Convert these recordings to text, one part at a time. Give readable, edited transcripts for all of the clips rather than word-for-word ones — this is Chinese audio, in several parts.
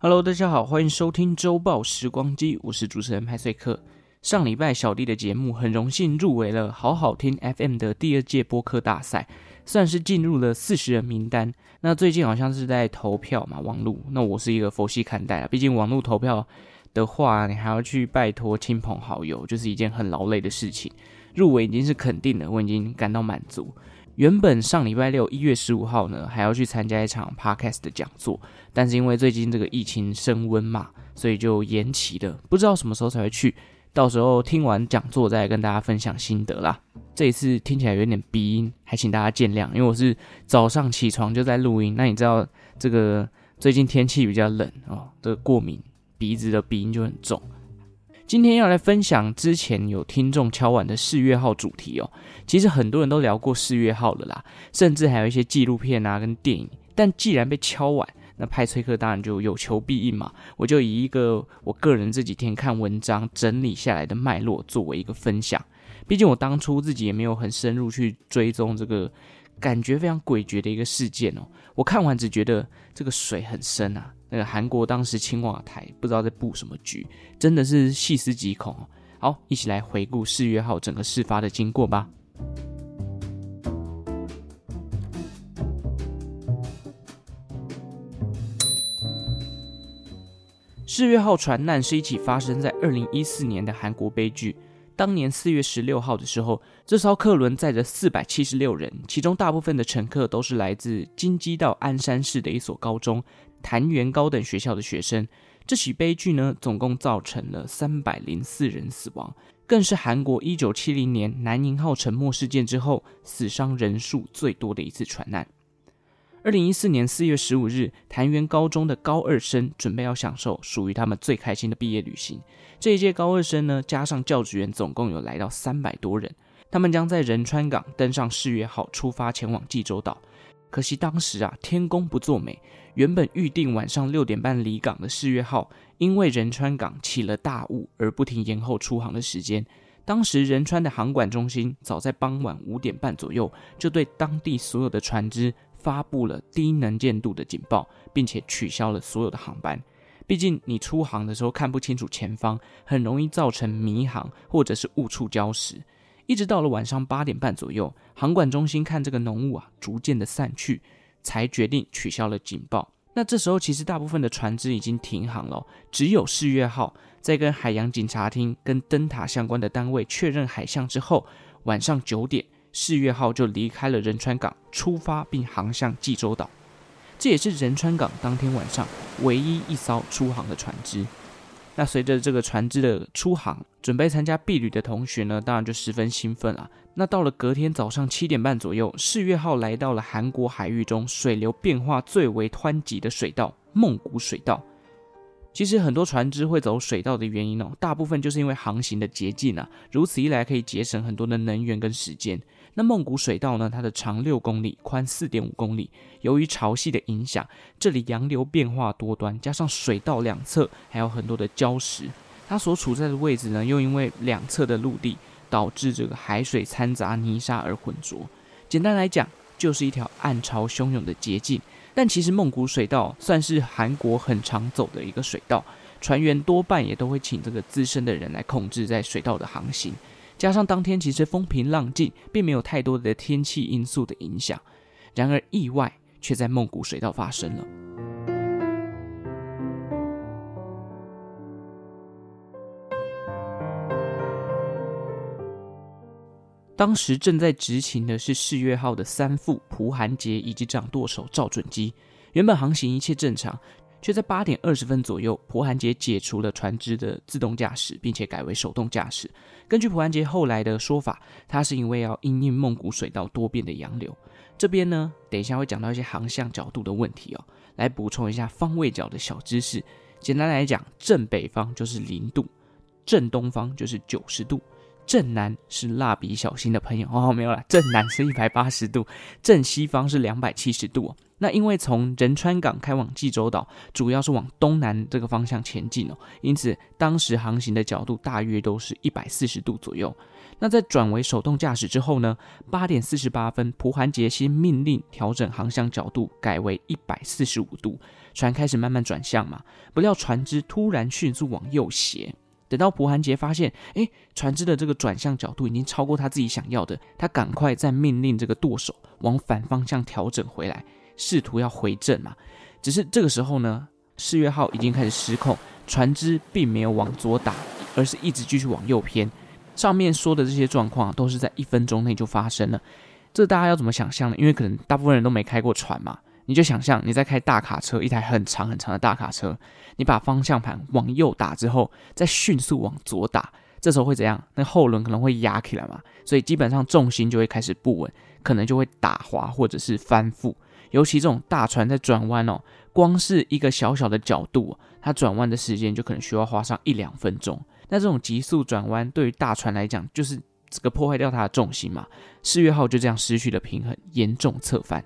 Hello， 大家好，欢迎收听周报时光机，我是主持人派瑞克。上礼拜小弟的节目很荣幸入围了好好听 FM 的第二届播客大赛，算是进入了40人名单。那最近好像是在投票嘛，网路。那我是一个佛系看待啦，毕竟网路投票的话，你还要去拜托亲朋好友，就是一件很劳累的事情。入围已经是肯定了，我已经感到满足。原本上礼拜六1月15号呢，还要去参加一场 podcast 的讲座，但是因为最近这个疫情升温嘛，所以就延期了，不知道什么时候才会去。到时候听完讲座再来跟大家分享心得啦。这一次听起来有点鼻音，还请大家见谅，因为我是早上起床就在录音。那你知道这个最近天气比较冷哦，这个过敏，鼻子的鼻音就很重。今天要来分享之前有听众敲碗的4月号主题哦。其实很多人都聊过4月号了啦，甚至还有一些纪录片啊跟电影。但既然被敲碗，那派崔克当然就有求必应嘛。我就以一个我个人这几天看文章整理下来的脉络作为一个分享。毕竟我当初自己也没有很深入去追踪这个感觉非常诡谲的一个事件哦。我看完只觉得这个水很深啊。那个韩国当时青瓦台不知道在布什么局，真的是细思极恐哦。好，一起来回顾4月号整个事发的经过吧。4月号船难是一起发生在2014年的韩国悲剧。当年4月16号的时候，这艘客轮载着476人，其中大部分的乘客都是来自京畿道鞍山市的一所高中潭元高等学校的学生。这起悲剧呢，总共造成了304人死亡，更是韩国1970年南银号沉没事件之后死伤人数最多的一次船难。2014年4月15日，潭元高中的高二生准备要享受属于他们最开心的毕业旅行。这一届高二生呢，加上教职员，总共有来到300多人。他们将在仁川港登上4月号，出发前往济州岛。可惜当时天公不作美，原本预定晚上6点半离港的4月号，因为仁川港起了大雾而不停延后出航的时间。当时仁川的航管中心早在傍晚5点半左右，就对当地所有的船只发布了低能见度的警报，并且取消了所有的航班。毕竟你出航的时候看不清楚前方，很容易造成迷航或者是误触礁石。一直到了晚上8点半左右，航管中心看这个浓雾逐渐的散去，才决定取消了警报。那这时候其实大部分的船只已经停航了，只有4月号在跟海洋警察厅跟灯塔相关的单位确认海象之后，晚上9点4月号就离开了仁川港，出发并航向济州岛。这也是仁川港当天晚上唯一一艘出航的船只。那随着这个船只的出航，准备参加毕旅的同学呢，当然就十分兴奋啦。那到了隔天早上7点半左右，4月号来到了韩国海域中水流变化最为湍急的水道孟古水道。其实很多船只会走水道的原因大部分就是因为航行的捷径如此一来可以节省很多的能源跟时间。那孟古水道呢，它的长6公里，宽4.5公里。由于潮汐的影响，这里洋流变化多端，加上水道两侧还有很多的礁石，它所处在的位置呢，又因为两侧的陆地导致这个海水掺杂泥沙而浑浊。简单来讲，就是一条暗潮汹涌的捷径。但其实孟古水道算是韩国很常走的一个水道，船员多半也都会请这个资深的人来控制在水道的航行。加上当天其实风平浪静，并没有太多的天气因素的影响。然而意外却在孟古水道发生了。当时正在执勤的是4月号的3副朴韩杰以及掌舵手赵准基。原本航行一切正常，却在8点20分左右，朴韩杰解除了船只的自动驾驶，并且改为手动驾驶。根据朴韩杰后来的说法，他是因为要因应孟古水道多变的洋流。这边呢，等一下会讲到一些航向角度的问题来补充一下方位角的小知识。简单来讲，正北方就是0度，正东方就是90度， 正南是蜡笔小新的朋友没有啦，正南是180度，正西方是270度那因为从仁川港开往济州岛，主要是往东南这个方向前进因此当时航行的角度大约都是140度左右。那在转为手动驾驶之后呢，8点48分，蒲寒杰先命令调整航向角度，改为145度，船开始慢慢转向嘛。不料船只突然迅速往右斜。等到蒲寒杰发现，船只的这个转向角度已经超过他自己想要的，他赶快再命令这个舵手往反方向调整回来，试图要回正嘛。只是这个时候呢，世越号已经开始失控，船只并没有往左打，而是一直继续往右偏。上面说的这些状况都是在1分钟内就发生了。这大家要怎么想象呢？因为可能大部分人都没开过船嘛，你就想象你在开大卡车，一台很长很长的大卡车，你把方向盘往右打之后，再迅速往左打，这时候会怎样？那后轮可能会压起来嘛，所以基本上重心就会开始不稳，可能就会打滑或者是翻覆。尤其这种大船在转弯光是一个小小的角度它转弯的时间就可能需要花上1-2分钟。那这种急速转弯对于大船来讲，就是这个破坏掉它的重心嘛。世越号就这样失去了平衡，严重侧翻。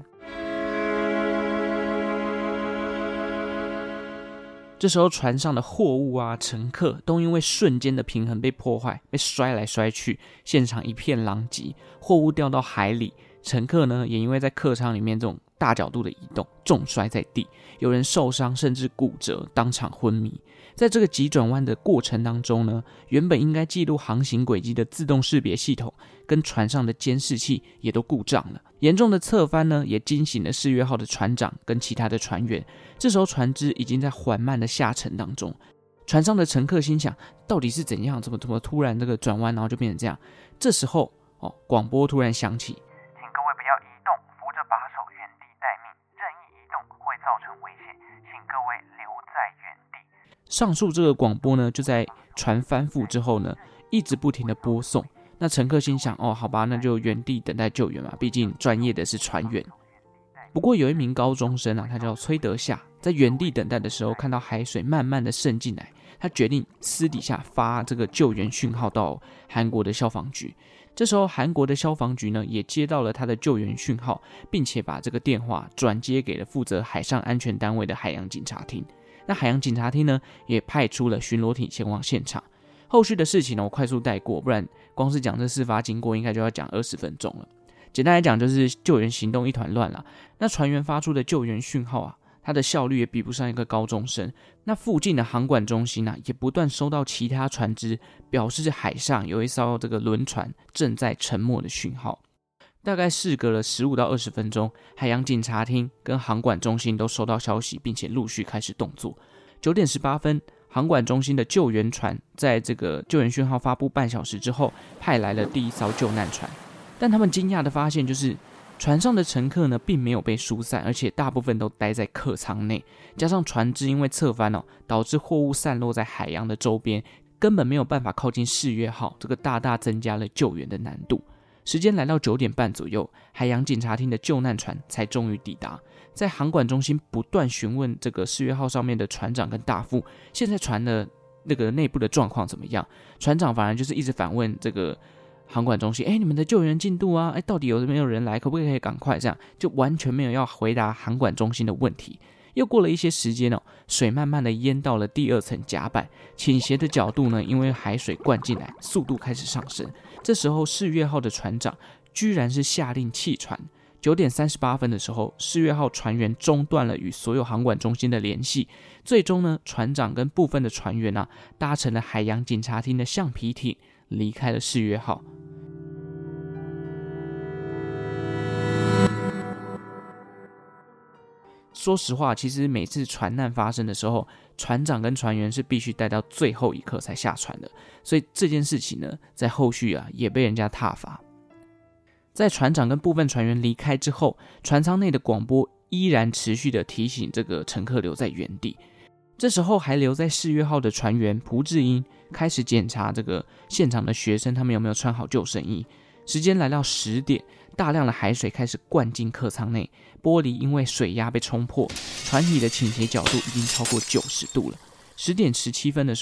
这时候船上的货物乘客都因为瞬间的平衡被破坏，被摔来摔去，现场一片狼藉，货物掉到海里，乘客呢也因为在客舱里面这种大角度的移动重摔在地，有人受伤甚至骨折，当场昏迷。在这个急转弯的过程当中呢，原本应该记录航行轨迹的自动识别系统跟船上的监视器也都故障了。严重的侧翻呢，也惊醒了世越号的船长跟其他的船员。这时候船只已经在缓慢的下沉当中，船上的乘客心想，到底是怎样，怎么突然这个转弯，然后就变成这样。这时候广播突然响起， 请各位不要移动，扶着把手原地待命，任意移动会造成危险，请各位留在原地。 上述这个广播呢，就在船翻覆之后呢，一直不停的播送。那乘客心想，好吧，那就原地等待救援嘛，毕竟专业的是船员。不过有一名高中生他叫崔德夏，在原地等待的时候，看到海水慢慢的渗进来，他决定私底下发这个救援讯号到韩国的消防局。这时候韩国的消防局呢，也接到了他的救援讯号，并且把这个电话转接给了负责海上安全单位的海洋警察厅。那海洋警察厅呢，也派出了巡逻艇前往现场。后续的事情呢，我快速带过，不然光是讲这事发经过，应该就要讲20分钟了。简单来讲，就是救援行动一团乱啦。那船员发出的救援讯号它的效率也比不上一个高中生。那附近的航管中心也不断收到其他船只表示海上有一艘这个轮船正在沉没的讯号。大概事隔了15到20分钟，海洋警察厅跟航管中心都收到消息，并且陆续开始动作。9点18分，航管中心的救援船在这个救援讯号发布半小时之后，派来了第一艘救难船。但他们惊讶的发现，就是船上的乘客呢，并没有被疏散，而且大部分都待在客舱内。加上船只因为侧翻导致货物散落在海洋的周边，根本没有办法靠近世越号，这个大大增加了救援的难度。时间来到9点半左右，海洋警察厅的救难船才终于抵达。在航管中心不断询问这个世越号上面的船长跟大副，现在船的那个内部的状况怎么样？船长反而就是一直反问这个航管中心，你们的救援进度到底有没有人来，可不可以赶快，这样就完全没有要回答航管中心的问题。又过了一些时间水慢慢的淹到了第2层甲板，倾斜的角度呢，因为海水灌进来，速度开始上升。这时候世越号的船长居然是下令弃船。9点38分的时候，世越号船员中断了与所有航管中心的联系。最终呢，船长跟部分的船员搭乘了海洋警察厅的橡皮艇，离开了世越号。说实话，其实每次船难发生的时候，船长跟船员是必须待到最后一刻才下船的，所以这件事情呢，在后续也被人家挞伐。在船长跟部分船员离开之后，船舱内的广播依然持续的提醒这个乘客留在原地。这时候还留在世越号的船员蒲志英开始检查这个现场的学生，他们有没有穿好救生衣。时间来到10点，大量的海水开始灌进客舱内，玻璃因为水压被冲破，船体的倾斜角度已经超过90度了。10点17分的时候，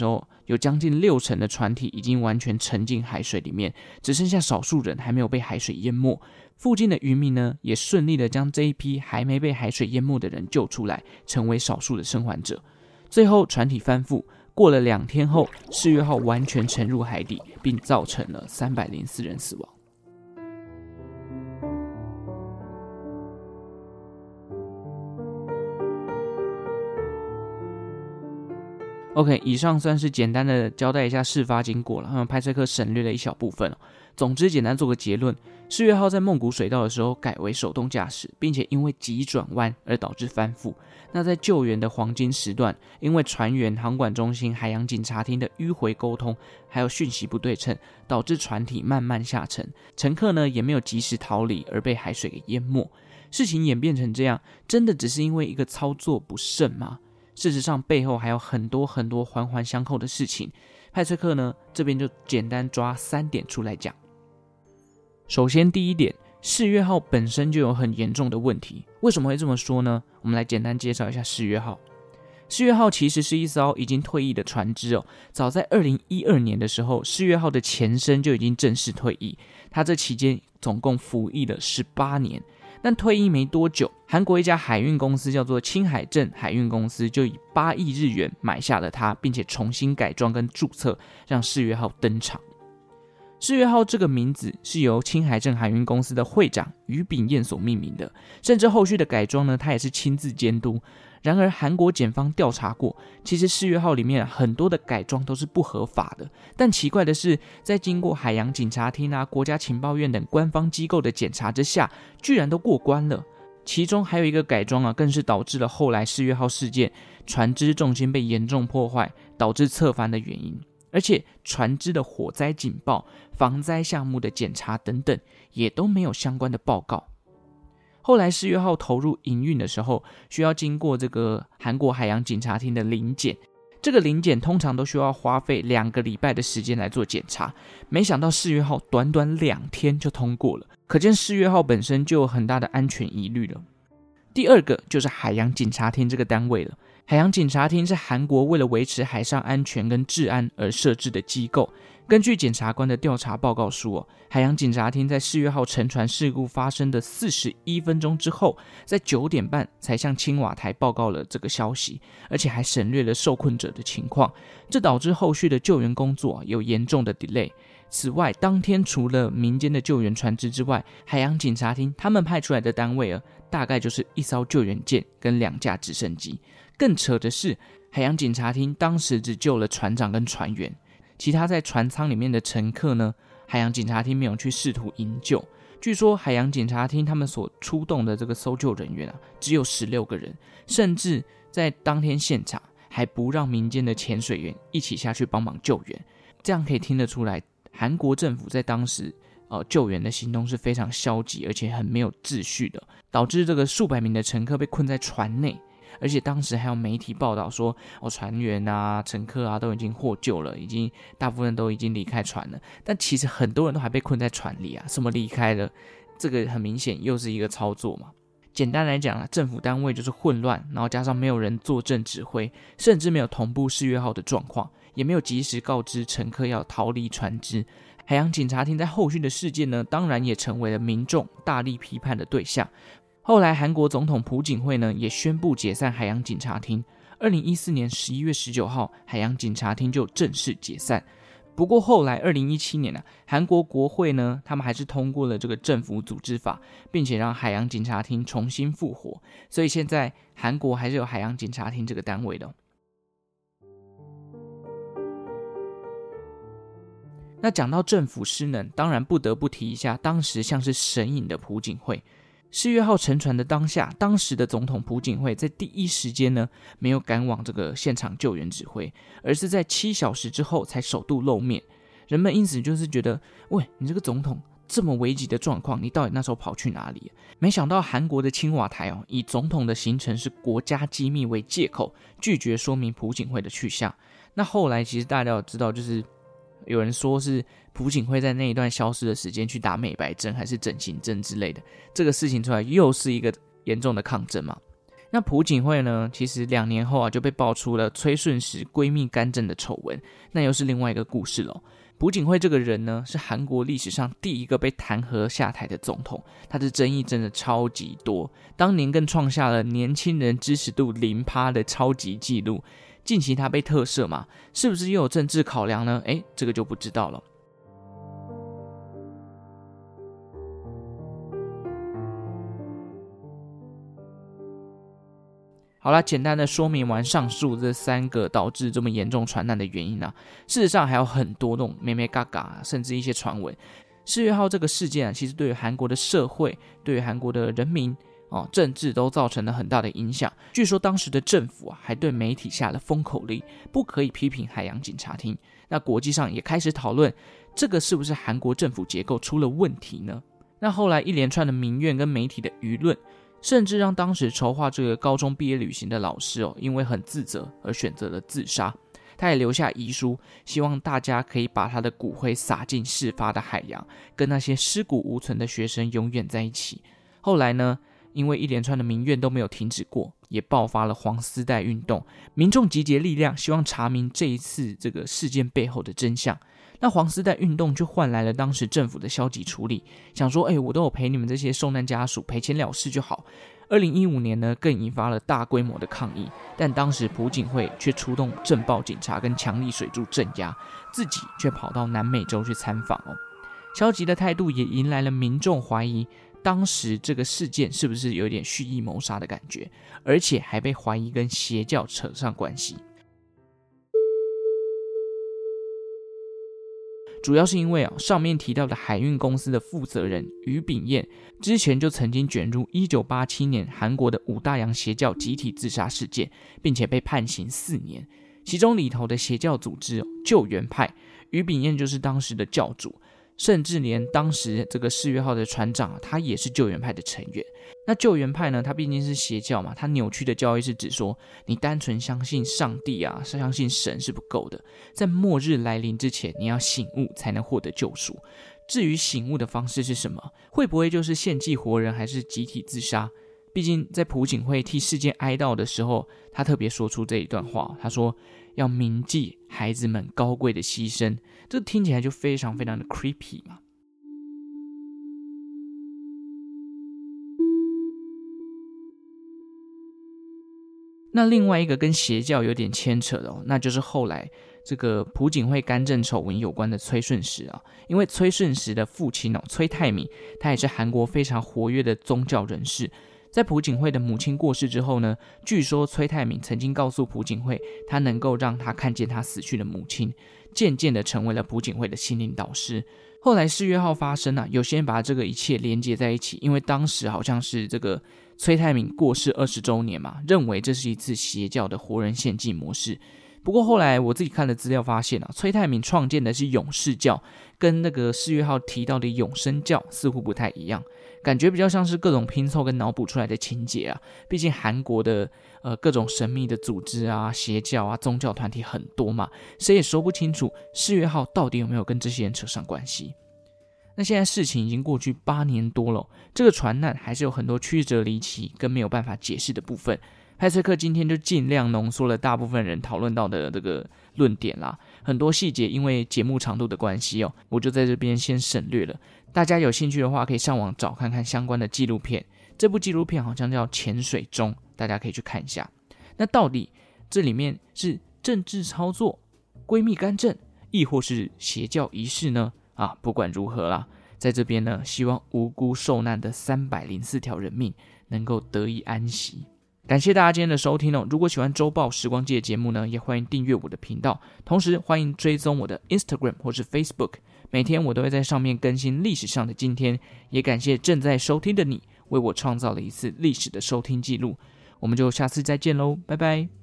有将近60%的船体已经完全沉进海水里面，只剩下少数人还没有被海水淹没。附近的渔民呢，也顺利的将这一批还没被海水淹没的人救出来，成为少数的生还者。最后船体翻覆，过了2天后，世越号完全沉入海底，并造成了304人死亡。OK， 以上算是简单的交代一下事发经过了，派车客省略了一小部分。总之，简单做个结论：世越号在梦谷水道的时候改为手动驾驶，并且因为急转弯而导致翻覆。那在救援的黄金时段，因为船员、航管中心、海洋警察厅的迂回沟通，还有讯息不对称，导致船体慢慢下沉，乘客呢也没有及时逃离，而被海水给淹没。事情演变成这样，真的只是因为一个操作不慎吗？事实上背后还有很多环环相扣的事情，派翠克呢这边就简单抓3点出来讲。首先第一点，世越号本身就有很严重的问题。为什么会这么说呢？我们来简单介绍一下世越号。世越号其实是一艘已经退役的船只哦，早在2012年的时候，世越号的前身就已经正式退役，它这期间总共服役了18年。但退役没多久，韩国一家海运公司叫做青海镇海运公司，就以8亿日元买下了它，并且重新改装跟注册，让世越号登场。世越号这个名字是由青海镇海运公司的会长于炳彦所命名的，甚至后续的改装呢，他也是亲自监督。然而韩国检方调查过，其实世越号里面很多的改装都是不合法的，但奇怪的是，在经过海洋警察厅国家情报院等官方机构的检查之下，居然都过关了。其中还有一个改装更是导致了后来世越号事件船只重心被严重破坏，导致侧翻的原因。而且船只的火灾警报、防灾项目的检查等等，也都没有相关的报告。后来世越号投入营运的时候，需要经过这个韩国海洋警察厅的临检，这个临检通常都需要花费2个礼拜的时间来做检查，没想到世越号短短2天就通过了，可见世越号本身就有很大的安全疑虑了。第二个就是海洋警察厅这个单位了。海洋警察厅是韩国为了维持海上安全跟治安而设置的机构。根据检察官的调查报告书，海洋警察厅在世越号沉船事故发生的41分钟之后，在9点半才向青瓦台报告了这个消息，而且还省略了受困者的情况，这导致后续的救援工作有严重的 delay。此外，当天除了民间的救援船只之外，海洋警察厅他们派出来的单位大概就是1艘救援舰跟2架直升机。更扯的是，海洋警察厅当时只救了船长跟船员，其他在船舱里面的乘客呢，海洋警察厅没有去试图营救。据说海洋警察厅他们所出动的这个搜救人员只有16个人，甚至在当天现场还不让民间的潜水员一起下去帮忙救援。这样可以听得出来，韩国政府在当时救援的行动是非常消极，而且很没有秩序的，导致这个数百名的乘客被困在船内。而且当时还有媒体报道说，船员乘客都已经获救了，已经大部分都已经离开船了，但其实很多人都还被困在船里什么离开了，这个很明显又是一个操作嘛。简单来讲政府单位就是混乱，然后加上没有人坐镇指挥，甚至没有同步世越号的状况，也没有及时告知乘客要逃离船只。海洋警察厅在后续的事件呢，当然也成为了民众大力批判的对象。后来韩国总统朴槿惠呢也宣布解散海洋警察厅。2014年11月19号，海洋警察厅就正式解散。不过后来2017年韩国国会呢，他们还是通过了这个政府组织法，并且让海洋警察厅重新复活。所以现在韩国还是有海洋警察厅这个单位的。那讲到政府失能，当然不得不提一下当时像是神隐的朴槿惠。世越号沉船的当下，当时的总统朴槿惠在第一时间呢，没有赶往这个现场救援指挥，而是在7小时之后才首度露面。人们因此就是觉得，喂，你这个总统这么危急的状况，你到底那时候跑去哪里？没想到韩国的青瓦台以总统的行程是国家机密为借口，拒绝说明朴槿惠的去向。那后来其实大家要知道，就是有人说是朴槿惠在那一段消失的时间去打美白针还是整形针之类的，这个事情出来又是一个严重的抗争嘛。 那朴槿惠呢，其实2年后就被爆出了崔顺实闺蜜干政的丑闻，那又是另外一个故事了。朴槿惠这个人呢，是韩国历史上第一个被弹劾下台的总统，他的争议真的超级多，当年更创下了年轻人支持度0%的超级纪录。近期他被特赦嘛，是不是又有政治考量呢？这个就不知道了。好啦，简单的说明完上述这3个导致这么严重传染的原因啊，事实上还有很多那种咩咩嘎嘎，甚至一些传闻。4月号这个事件其实对于韩国的社会、对于韩国的人民、政治都造成了很大的影响。据说当时的政府还对媒体下了封口令，不可以批评海洋警察厅。那国际上也开始讨论，这个是不是韩国政府结构出了问题呢？那后来一连串的民怨跟媒体的舆论，甚至让当时筹划这个高中毕业旅行的老师因为很自责而选择了自杀。他也留下遗书，希望大家可以把他的骨灰撒进事发的海洋，跟那些尸骨无存的学生永远在一起。后来呢，因为一连串的民怨都没有停止过，也爆发了黄丝带运动，民众集结力量，希望查明这一次这个事件背后的真相。那黄丝带运动就换来了当时政府的消极处理，想说我都有陪你们这些受难家属赔钱了事就好。2015年呢，更引发了大规模的抗议，但当时朴槿惠却出动政报警察跟强力水柱镇压，自己却跑到南美洲去参访消极的态度也迎来了民众怀疑当时这个事件是不是有点蓄意谋杀的感觉，而且还被怀疑跟邪教扯上关系。主要是因为上面提到的海运公司的负责人俞炳彦之前就曾经卷入1987年韩国的5大洋邪教集体自杀事件，并且被判刑4年。其中里头的邪教组织救援派，俞炳彦就是当时的教主，甚至连当时这个4月号的船长他也是救援派的成员。那救援派呢，他毕竟是邪教嘛，他扭曲的教义是指说，你单纯相信上帝相信神是不够的，在末日来临之前，你要醒悟才能获得救赎。至于醒悟的方式是什么，会不会就是献祭活人，还是集体自杀？毕竟在朴槿惠替事件哀悼的时候，他特别说出这一段话，他说要铭记孩子们高贵的牺牲，这听起来就非常非常的 creepy 嘛。那另外一个跟邪教有点牵扯的那就是后来这个朴槿惠干政丑闻有关的崔顺实因为崔顺实的父亲崔泰敏，他也是韩国非常活跃的宗教人士。在朴槿惠的母亲过世之后呢，据说崔泰敏曾经告诉朴槿惠，他能够让他看见他死去的母亲，渐渐的成为了朴槿惠的心灵导师。后来4月号发生有些人把这个一切连接在一起，因为当时好像是这个崔泰敏过世20周年嘛，认为这是一次邪教的活人献祭模式。不过后来我自己看的资料发现崔泰敏创建的是勇士教，跟那个4月号提到的永生教似乎不太一样，感觉比较像是各种拼凑跟脑补出来的情节毕竟韩国的各种神秘的组织邪教宗教团体很多嘛，谁也说不清楚4月号到底有没有跟这些人扯上关系。那现在事情已经过去8年多了，这个传难还是有很多曲折离奇跟没有办法解释的部分。派翠克今天就尽量浓缩了大部分人讨论到的这个论点啦，很多细节因为节目长度的关系我就在这边先省略了。大家有兴趣的话可以上网找看看相关的纪录片，这部纪录片好像叫《潜水中》，大家可以去看一下。那到底这里面是政治操作、闺蜜干政，亦或是邪教仪式呢？不管如何啦，在这边呢，希望无辜受难的304条人命能够得以安息。感谢大家今天的收听如果喜欢周报时光机的节目呢，也欢迎订阅我的频道，同时欢迎追踪我的 Instagram 或是 Facebook， 每天我都会在上面更新历史上的今天。也感谢正在收听的你，为我创造了一次历史的收听记录。我们就下次再见咯，拜拜。